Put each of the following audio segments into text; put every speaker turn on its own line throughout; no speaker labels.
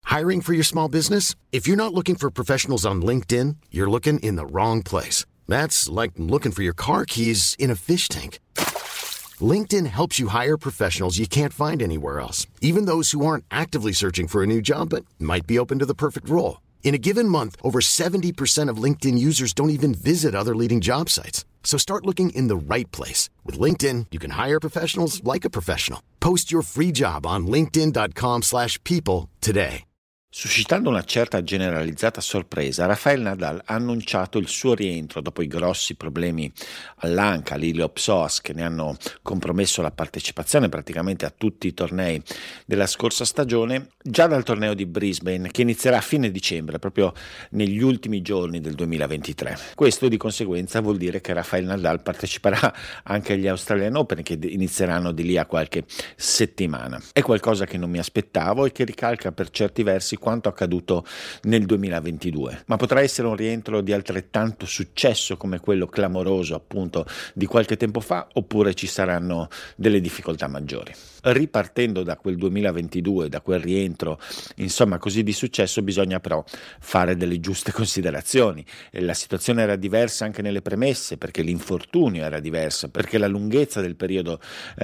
Hiring for your small business? If you're not looking for professionals on LinkedIn, you're looking in the wrong place. That's like looking for your car keys in a fish tank. LinkedIn helps you hire professionals you can't find anywhere else, even those who aren't actively searching for a new job but might be open to the perfect role. In a given month, over 70% of LinkedIn users don't even visit other leading job sites. So start looking in the right place. With LinkedIn, you can hire professionals like a professional. Post your free job on linkedin.com/people today.
Suscitando una certa generalizzata sorpresa, Rafael Nadal ha annunciato il suo rientro dopo i grossi problemi all'anca, all'iliopsoas, che ne hanno compromesso la partecipazione praticamente a tutti i tornei della scorsa stagione, già dal torneo di Brisbane, che inizierà a fine dicembre, proprio negli ultimi giorni del 2023. Questo di conseguenza vuol dire che Rafael Nadal parteciperà anche agli Australian Open, che inizieranno di lì a qualche settimana. È qualcosa che non mi aspettavo e che ricalca per certi versi quanto accaduto nel 2022, ma potrà essere un rientro di altrettanto successo come quello clamoroso appunto di qualche tempo fa, oppure ci saranno delle difficoltà maggiori. Ripartendo da quel 2022, da quel rientro insomma così di successo, bisogna però fare delle giuste considerazioni. La situazione era diversa anche nelle premesse, perché l'infortunio era diverso, perché la lunghezza del periodo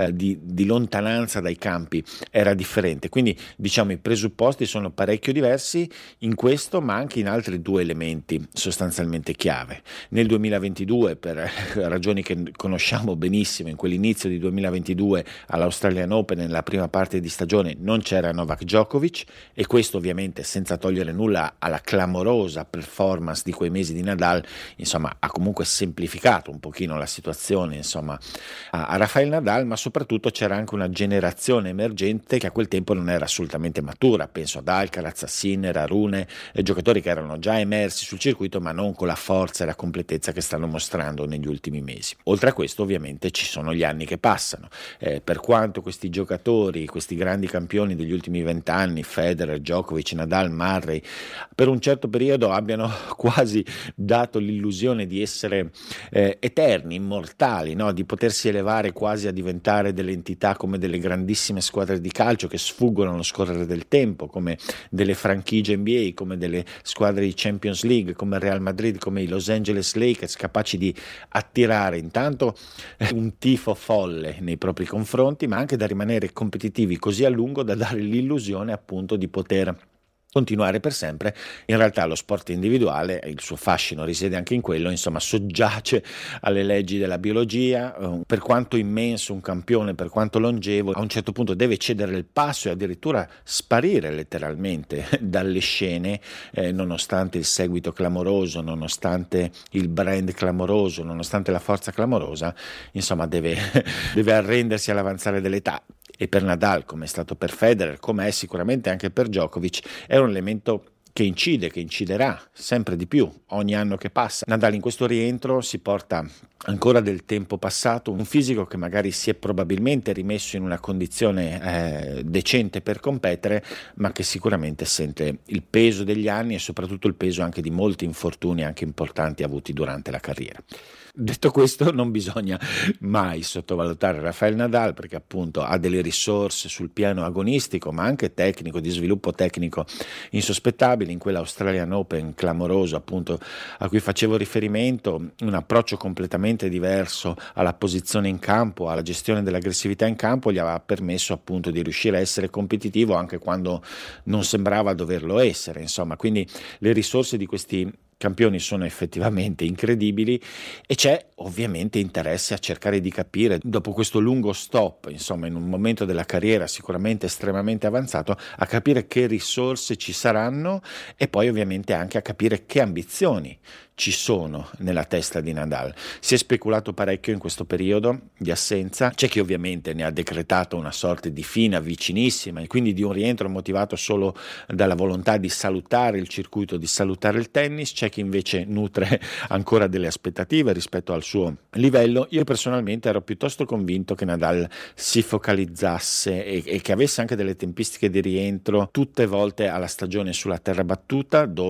di lontananza dai campi era differente, quindi diciamo i presupposti sono parecchio diversi in questo, ma anche in altri due elementi sostanzialmente chiave. Nel 2022, per ragioni che conosciamo benissimo, in quell'inizio di 2022 all'Australian Open nella prima parte di stagione non c'era Novak Djokovic, e questo ovviamente, senza togliere nulla alla clamorosa performance di quei mesi di Nadal, insomma ha comunque semplificato un pochino la situazione insomma a Rafael Nadal, ma soprattutto c'era anche una generazione emergente che a quel tempo non era assolutamente matura. Penso ad Alcaraz, a Sinner, a Rune, giocatori che erano già emersi sul circuito ma non con la forza e la completezza che stanno mostrando negli ultimi mesi. Oltre a questo ovviamente ci sono gli anni che passano, per quanto questi giocatori, questi grandi campioni degli ultimi 20 anni, Federer, Djokovic, Nadal, Murray, per un certo periodo abbiano quasi dato l'illusione di essere eterni, immortali, no? Di potersi elevare quasi a diventare delle entità come delle grandissime squadre di calcio che sfuggono allo scorrere del tempo, come delle franchigie NBA, come delle squadre di Champions League, come il Real Madrid, come i Los Angeles Lakers, capaci di attirare intanto un tifo folle nei propri confronti, ma anche da rimanere competitivi così a lungo da dare l'illusione appunto di poter continuare per sempre. In realtà lo sport individuale, il suo fascino risiede anche in quello, insomma soggiace alle leggi della biologia. Per quanto immenso un campione, per quanto longevo, a un certo punto deve cedere il passo e addirittura sparire letteralmente dalle scene, nonostante il seguito clamoroso, nonostante il brand clamoroso, nonostante la forza clamorosa, insomma deve arrendersi all'avanzare dell'età. E per Nadal, come è stato per Federer, come è sicuramente anche per Djokovic, è un elemento che incide, che inciderà sempre di più ogni anno che passa. Nadal in questo rientro si porta ancora del tempo passato, un fisico che magari si è probabilmente rimesso in una condizione decente per competere, ma che sicuramente sente il peso degli anni e soprattutto il peso anche di molti infortuni anche importanti avuti durante la carriera. Detto questo, non bisogna mai sottovalutare Rafael Nadal, perché appunto ha delle risorse sul piano agonistico ma anche tecnico, di sviluppo tecnico insospettabili. In quella Australian Open clamoroso appunto a cui facevo riferimento, un approccio completamente diverso alla posizione in campo, alla gestione dell'aggressività in campo, gli aveva permesso appunto di riuscire a essere competitivo anche quando non sembrava doverlo essere, insomma. Quindi le risorse di questi campioni sono effettivamente incredibili e c'è ovviamente interesse a cercare di capire, dopo questo lungo stop, insomma in un momento della carriera sicuramente estremamente avanzato, a capire che risorse ci saranno e poi ovviamente anche a capire che ambizioni ci sono nella testa di Nadal. Si è speculato parecchio in questo periodo di assenza, c'è chi ovviamente ne ha decretato una sorta di fine vicinissima e quindi di un rientro motivato solo dalla volontà di salutare il circuito, di salutare il tennis, c'è chi invece nutre ancora delle aspettative rispetto al suo livello. Io personalmente ero piuttosto convinto che Nadal si focalizzasse e che avesse anche delle tempistiche di rientro tutte volte alla stagione sulla terra battuta, dove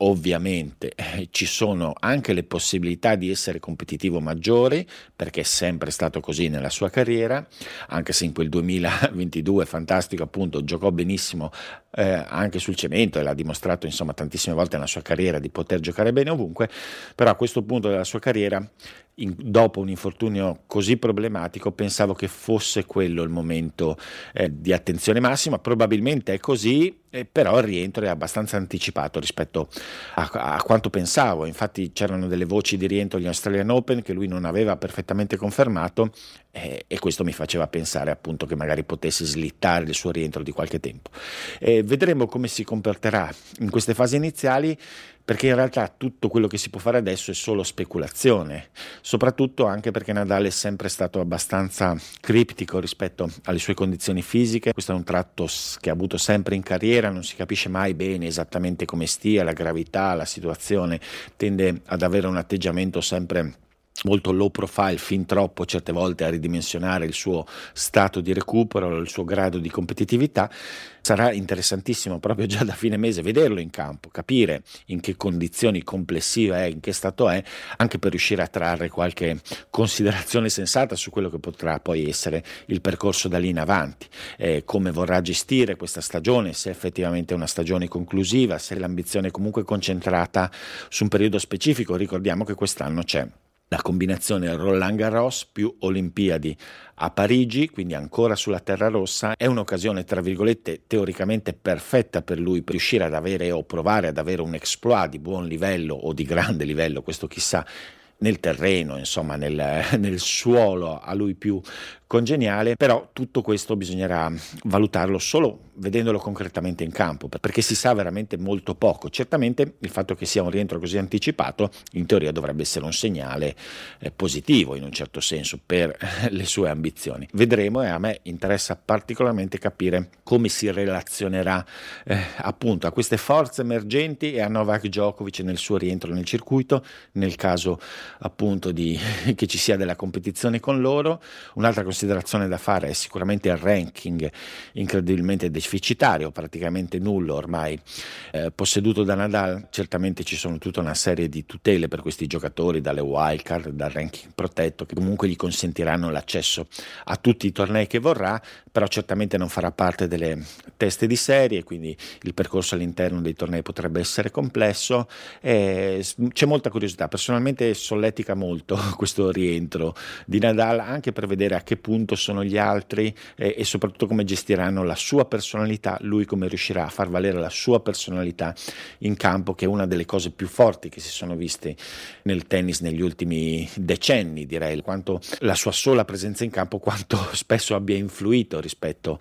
ovviamente ci sono anche le possibilità di essere competitivo maggiori, perché è sempre stato così nella sua carriera, anche se in quel 2022 fantastico appunto giocò benissimo anche sul cemento e l'ha dimostrato insomma tantissime volte nella sua carriera di poter giocare bene ovunque, però a questo punto della sua carriera dopo un infortunio così problematico pensavo che fosse quello il momento di attenzione massima. Probabilmente è così, però il rientro è abbastanza anticipato rispetto a quanto pensavo. Infatti c'erano delle voci di rientro agli Australian Open che lui non aveva perfettamente confermato, e questo mi faceva pensare appunto che magari potesse slittare il suo rientro di qualche tempo. Vedremo come si comporterà in queste fasi iniziali, perché in realtà tutto quello che si può fare adesso è solo speculazione, soprattutto anche perché Nadal è sempre stato abbastanza criptico rispetto alle sue condizioni fisiche. Questo è un tratto che ha avuto sempre in carriera, non si capisce mai bene esattamente come stia, la gravità, la situazione, tende ad avere un atteggiamento sempre molto low profile, fin troppo certe volte a ridimensionare il suo stato di recupero, il suo grado di competitività. Sarà interessantissimo proprio già da fine mese vederlo in campo, capire in che condizioni complessive è, in che stato è, anche per riuscire a trarre qualche considerazione sensata su quello che potrà poi essere il percorso da lì in avanti, come vorrà gestire questa stagione, se effettivamente è una stagione conclusiva, se l'ambizione è comunque concentrata su un periodo specifico. Ricordiamo che quest'anno c'è la combinazione Roland Garros più Olimpiadi a Parigi, quindi ancora sulla terra rossa. È un'occasione tra virgolette teoricamente perfetta per lui per riuscire ad avere o provare ad avere un exploit di buon livello o di grande livello, questo chissà, nel terreno, insomma nel suolo a lui più congeniale. Però tutto questo bisognerà valutarlo solo vedendolo concretamente in campo, perché si sa veramente molto poco. Certamente il fatto che sia un rientro così anticipato in teoria dovrebbe essere un segnale positivo in un certo senso per le sue ambizioni. Vedremo, e a me interessa particolarmente capire come si relazionerà appunto a queste forze emergenti e a Novak Djokovic nel suo rientro nel circuito, nel caso appunto che ci sia della competizione con loro. Un'altra considerazione da fare è sicuramente il ranking incredibilmente deficitario, praticamente nullo ormai posseduto da Nadal. Certamente ci sono tutta una serie di tutele per questi giocatori, dalle wildcard, dal ranking protetto, che comunque gli consentiranno l'accesso a tutti i tornei che vorrà, però certamente non farà parte delle teste di serie, quindi il percorso all'interno dei tornei potrebbe essere complesso. C'è molta curiosità, personalmente solletica molto questo rientro di Nadal, anche per vedere a che punto sono gli altri e soprattutto come gestiranno la sua personalità, lui come riuscirà a far valere la sua personalità in campo, che è una delle cose più forti che si sono viste nel tennis negli ultimi decenni, direi. Quanto la sua sola presenza in campo, quanto spesso abbia influito rispetto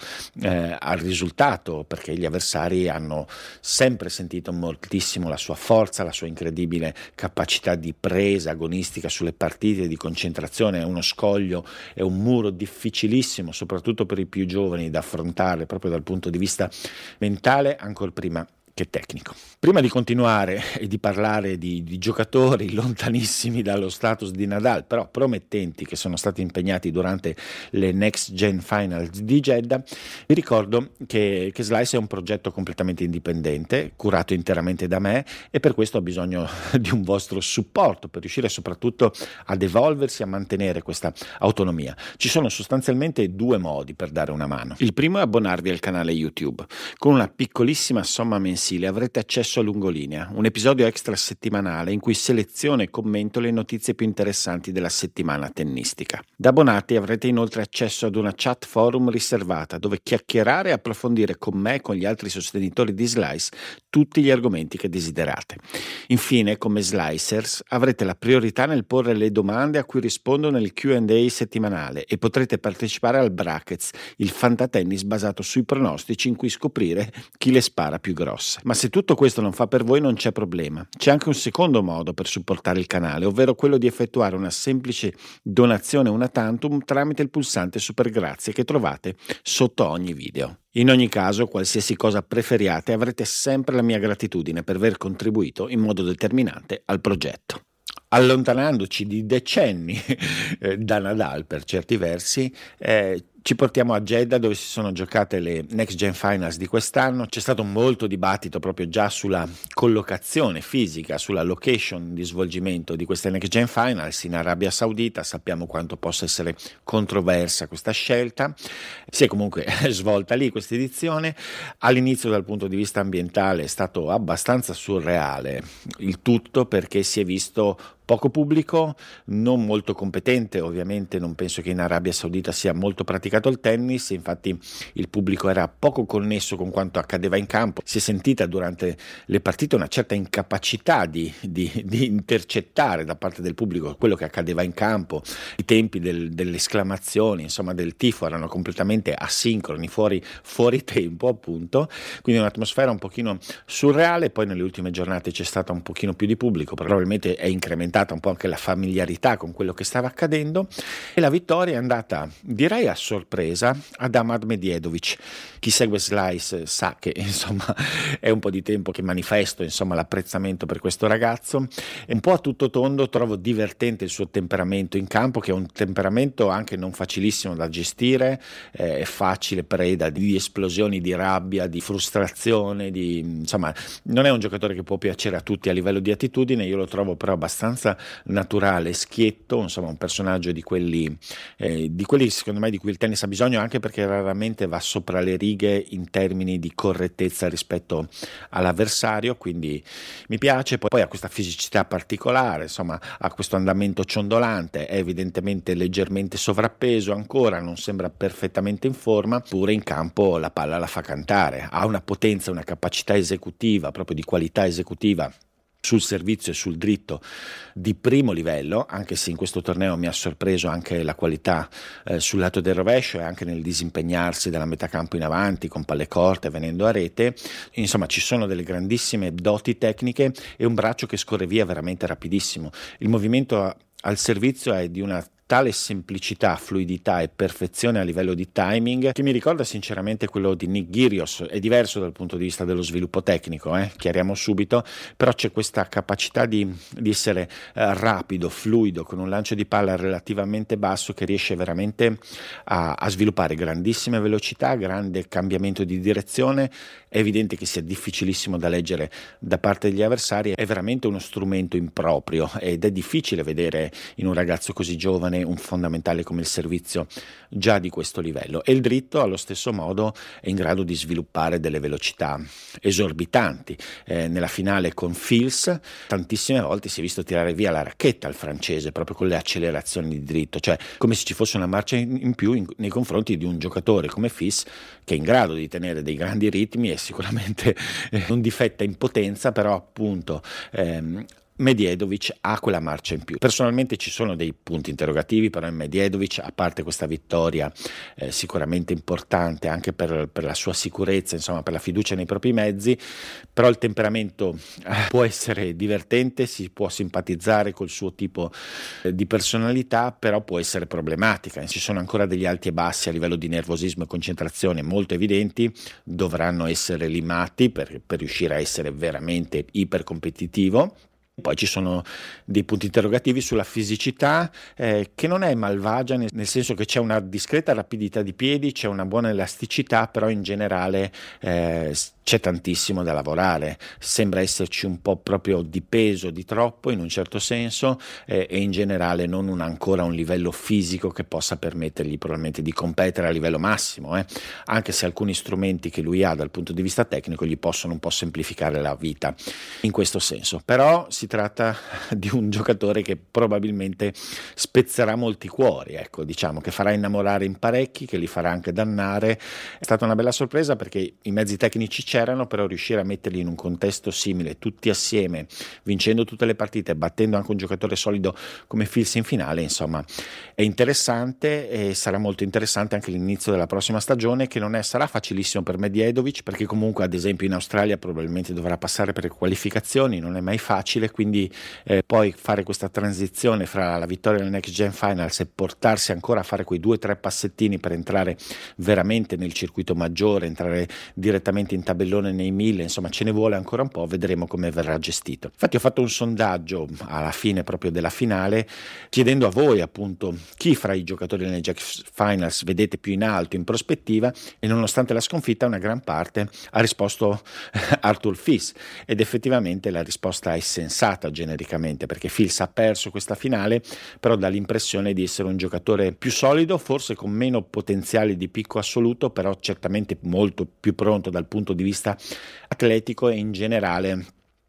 al risultato, perché gli avversari hanno sempre sentito moltissimo la sua forza, la sua incredibile capacità di presa agonistica sulle partite, di concentrazione. È uno scoglio, è un muro difficilissimo, soprattutto per i più giovani, da affrontare proprio dal punto di vista mentale, ancor prima che tecnico. Prima di continuare e di parlare di giocatori lontanissimi dallo status di Nadal, però promettenti, che sono stati impegnati durante le Next Gen Finals di Jeddah, vi ricordo che Slice è un progetto completamente indipendente, curato interamente da me, e per questo ho bisogno di un vostro supporto per riuscire soprattutto ad evolversi, a mantenere questa autonomia. Ci sono sostanzialmente due modi per dare una mano. Il primo è abbonarvi al canale YouTube. Con una piccolissima somma mensile avrete accesso a Lungolinea, un episodio extra settimanale in cui seleziono e commento le notizie più interessanti della settimana tennistica. Da abbonati avrete inoltre accesso ad una chat forum riservata dove chiacchierare e approfondire con me e con gli altri sostenitori di Slice tutti gli argomenti che desiderate. Infine, come Slicers, avrete la priorità nel porre le domande a cui rispondo nel Q&A settimanale e potrete partecipare al Brackets, il fantatennis basato sui pronostici in cui scoprire chi le spara più grosse. Ma se tutto questo non fa per voi non c'è problema. C'è anche un secondo modo per supportare il canale, ovvero quello di effettuare una semplice donazione una tantum tramite il pulsante Super Grazie che trovate sotto ogni video. In ogni caso, qualsiasi cosa preferiate, avrete sempre la mia gratitudine per aver contribuito in modo determinante al progetto. Allontanandoci di decenni da Nadal per certi versi, Ci portiamo a Jeddah, dove si sono giocate le Next Gen Finals di quest'anno. C'è stato molto dibattito proprio già sulla collocazione fisica, sulla location di svolgimento di queste Next Gen Finals in Arabia Saudita. Sappiamo quanto possa essere controversa questa scelta. Si è comunque svolta lì questa edizione. All'inizio, dal punto di vista ambientale, è stato abbastanza surreale il tutto, perché si è visto poco pubblico, non molto competente. Ovviamente non penso che in Arabia Saudita sia molto praticato il tennis, infatti il pubblico era poco connesso con quanto accadeva in campo. Si è sentita durante le partite una certa incapacità di intercettare da parte del pubblico quello che accadeva in campo. I tempi delle esclamazioni, insomma del tifo, erano completamente asincroni, fuori tempo appunto, quindi un'atmosfera un pochino surreale. Poi nelle ultime giornate c'è stata un pochino più di pubblico, probabilmente è incrementata un po' anche la familiarità con quello che stava accadendo, e la vittoria è andata, direi a sorpresa, ad Ahmad Medjedovic. Chi segue Slice sa che insomma è un po' di tempo che manifesto insomma l'apprezzamento per questo ragazzo. È un po' a tutto tondo, trovo divertente il suo temperamento in campo, che è un temperamento anche non facilissimo da gestire, è facile preda di esplosioni di rabbia, di frustrazione, insomma non è un giocatore che può piacere a tutti a livello di attitudine. Io lo trovo però abbastanza naturale, schietto, insomma un personaggio di quelli secondo me di cui il tennis ha bisogno, anche perché raramente va sopra le righe in termini di correttezza rispetto all'avversario, quindi mi piace. Poi ha questa fisicità particolare, insomma ha questo andamento ciondolante, è evidentemente leggermente sovrappeso ancora, non sembra perfettamente in forma, pure in campo la palla la fa cantare, ha una potenza, una capacità esecutiva, proprio di qualità esecutiva sul servizio e sul dritto di primo livello, anche se in questo torneo mi ha sorpreso anche la qualità sul lato del rovescio e anche nel disimpegnarsi dalla metà campo in avanti con palle corte venendo a rete. Insomma ci sono delle grandissime doti tecniche e un braccio che scorre via veramente rapidissimo. Il movimento al servizio è di una tale semplicità, fluidità e perfezione a livello di timing che mi ricorda sinceramente quello di Nick Kyrgios. È diverso dal punto di vista dello sviluppo tecnico, chiariamo subito, però c'è questa capacità di essere rapido, fluido, con un lancio di palla relativamente basso, che riesce veramente a sviluppare grandissime velocità, grande cambiamento di direzione. È evidente che sia difficilissimo da leggere da parte degli avversari, è veramente uno strumento improprio ed è difficile vedere in un ragazzo così giovane un fondamentale come il servizio già di questo livello. E il dritto allo stesso modo è in grado di sviluppare delle velocità esorbitanti. Nella finale con Fils tantissime volte si è visto tirare via la racchetta al francese proprio con le accelerazioni di dritto, cioè come se ci fosse una marcia in più nei confronti di un giocatore come Fils, che è in grado di tenere dei grandi ritmi e sicuramente non difetta in potenza, però appunto Medjedovic ha quella marcia in più. Personalmente ci sono dei punti interrogativi però in Medjedovic, a parte questa vittoria sicuramente importante anche per la sua sicurezza, insomma per la fiducia nei propri mezzi, però il temperamento può essere divertente, si può simpatizzare col suo tipo di personalità, però può essere problematica. Ci sono ancora degli alti e bassi a livello di nervosismo e concentrazione molto evidenti, dovranno essere limati per riuscire a essere veramente ipercompetitivo. Poi ci sono dei punti interrogativi sulla fisicità che non è malvagia, nel senso che c'è una discreta rapidità di piedi, c'è una buona elasticità, però in generale c'è tantissimo da lavorare. Sembra esserci un po' proprio di peso, di troppo in un certo senso, e in generale non ancora un livello fisico che possa permettergli probabilmente di competere a livello massimo, anche se alcuni strumenti che lui ha dal punto di vista tecnico gli possono un po' semplificare la vita in questo senso. Però si tratta di un giocatore che probabilmente spezzerà molti cuori, ecco, diciamo che farà innamorare in parecchi, che li farà anche dannare. È stata una bella sorpresa perché i mezzi tecnici c'erano, però riuscire a metterli in un contesto simile tutti assieme, vincendo tutte le partite, battendo anche un giocatore solido come Fils in finale, insomma è interessante, e sarà molto interessante anche l'inizio della prossima stagione, che non sarà facilissimo per Medjedovic, perché comunque ad esempio in Australia probabilmente dovrà passare per le qualificazioni, non è mai facile, quindi poi fare questa transizione fra la vittoria nel Next Gen Finals e portarsi ancora a fare quei 2 o 3 passettini per entrare veramente nel circuito maggiore, entrare direttamente in tabella tabellone nei 1000, insomma ce ne vuole ancora un po', vedremo come verrà gestito. Infatti ho fatto un sondaggio alla fine proprio della finale chiedendo a voi appunto chi fra i giocatori delle Jack Finals vedete più in alto in prospettiva, e nonostante la sconfitta una gran parte ha risposto Arthur Fils, ed effettivamente la risposta è sensata genericamente, perché Fils ha perso questa finale però dà l'impressione di essere un giocatore più solido, forse con meno potenziale di picco assoluto, però certamente molto più pronto dal punto di vista atletico e in generale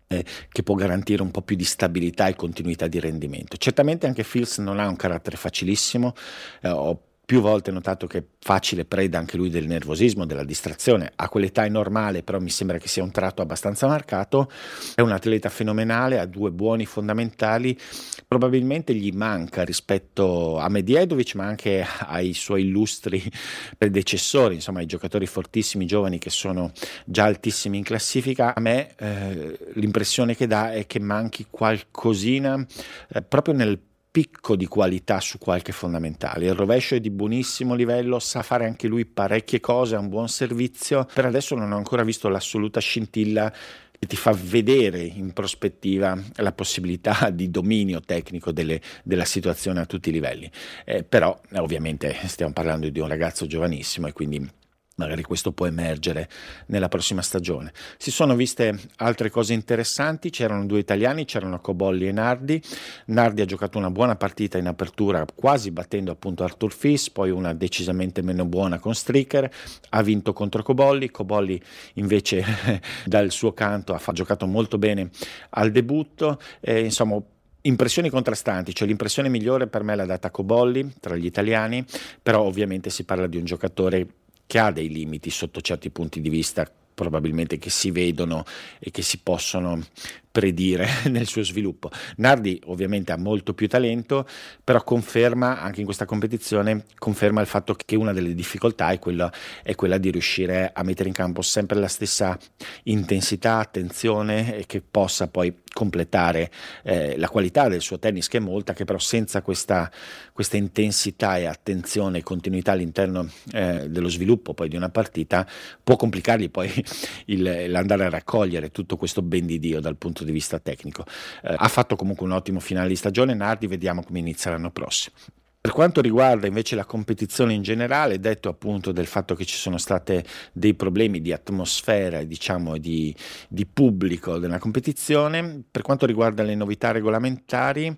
che può garantire un po' più di stabilità e continuità di rendimento. Certamente anche Fils non ha un carattere facilissimo, ho più volte notato che è facile preda anche lui del nervosismo, della distrazione. A quell'età è normale, però mi sembra che sia un tratto abbastanza marcato. È un atleta fenomenale, ha 2 buoni fondamentali, probabilmente gli manca rispetto a Medjedovic, ma anche ai suoi illustri predecessori, insomma ai giocatori fortissimi giovani che sono già altissimi in classifica. A me l'impressione che dà è che manchi qualcosina proprio nel picco di qualità su qualche fondamentale. Il rovescio è di buonissimo livello, sa fare anche lui parecchie cose, ha un buon servizio. Per adesso non ho ancora visto l'assoluta scintilla che ti fa vedere in prospettiva la possibilità di dominio tecnico della situazione a tutti i livelli. Però ovviamente stiamo parlando di un ragazzo giovanissimo e quindi magari questo può emergere nella prossima stagione. Si sono viste altre cose interessanti, c'erano 2 italiani, c'erano Cobolli e Nardi. Nardi ha giocato una buona partita in apertura, quasi battendo appunto Arthur Fils, poi una decisamente meno buona con Stricker, ha vinto contro Cobolli. Cobolli invece dal suo canto ha giocato molto bene al debutto, insomma impressioni contrastanti, cioè l'impressione migliore per me l'ha data Cobolli tra gli italiani, però ovviamente si parla di un giocatore che ha dei limiti sotto certi punti di vista, probabilmente che si vedono e che si possono predire nel suo sviluppo. Nardi ovviamente ha molto più talento, però conferma anche in questa competizione, conferma il fatto che una delle difficoltà è quella di riuscire a mettere in campo sempre la stessa intensità, attenzione, e che possa poi completare la qualità del suo tennis, che è molta, che però senza questa intensità e attenzione e continuità all'interno dello sviluppo poi di una partita può complicargli poi l'andare a raccogliere tutto questo ben di Dio dal punto di vista tecnico. Ha fatto comunque un ottimo finale di stagione Nardi, vediamo come inizia l'anno prossimo. Per quanto riguarda invece la competizione in generale, detto appunto del fatto che ci sono state dei problemi di atmosfera, diciamo di pubblico della competizione, per quanto riguarda le novità regolamentari,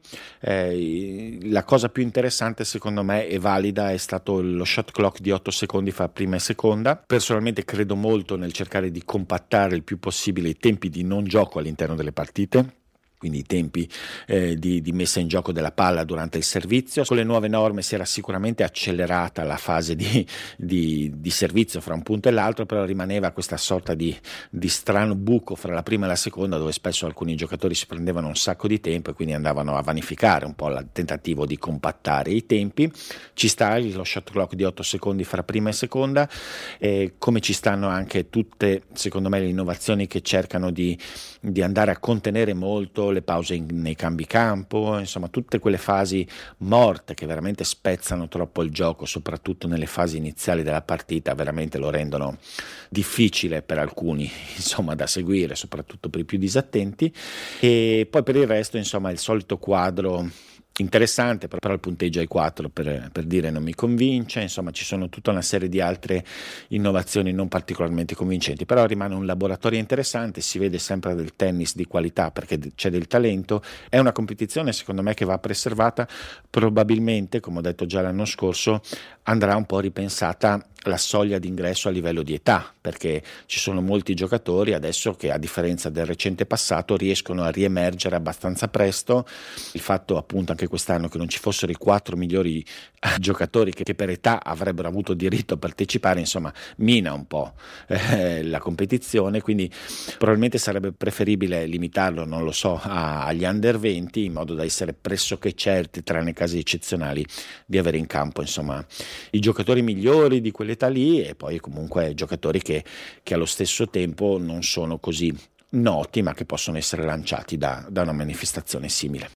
la cosa più interessante secondo me e valida è stato lo shot clock di 8 secondi fra prima e seconda. Personalmente credo molto nel cercare di compattare il più possibile i tempi di non gioco all'interno delle partite, quindi i tempi di messa in gioco della palla durante il servizio. Con le nuove norme si era sicuramente accelerata la fase di servizio fra un punto e l'altro, però rimaneva questa sorta di strano buco fra la prima e la seconda, dove spesso alcuni giocatori si prendevano un sacco di tempo e quindi andavano a vanificare un po' il tentativo di compattare i tempi. Ci sta lo shot clock di 8 secondi fra prima e seconda, come ci stanno anche tutte, secondo me, le innovazioni che cercano di andare a contenere molto le pause nei cambi campo, insomma tutte quelle fasi morte che veramente spezzano troppo il gioco, soprattutto nelle fasi iniziali della partita, veramente lo rendono difficile per alcuni, insomma, da seguire, soprattutto per i più disattenti. E poi per il resto, insomma, il solito quadro interessante, però il punteggio ai 4 per dire non mi convince. Insomma, ci sono tutta una serie di altre innovazioni non particolarmente convincenti, però rimane un laboratorio interessante, si vede sempre del tennis di qualità perché c'è del talento. È una competizione secondo me che va preservata, probabilmente, come ho detto già l'anno scorso, andrà un po' ripensata la soglia d'ingresso a livello di età, perché ci sono molti giocatori adesso che, a differenza del recente passato, riescono a riemergere abbastanza presto. Il fatto appunto anche quest'anno che non ci fossero i 4 migliori giocatori che per età avrebbero avuto diritto a partecipare, insomma, mina un po' la competizione, quindi probabilmente sarebbe preferibile limitarlo, non lo so, agli under 20, in modo da essere pressoché certi, tranne casi eccezionali, di avere in campo, insomma, i giocatori migliori di quell'età lì, e poi comunque giocatori che allo stesso tempo non sono così noti ma che possono essere lanciati da una manifestazione simile.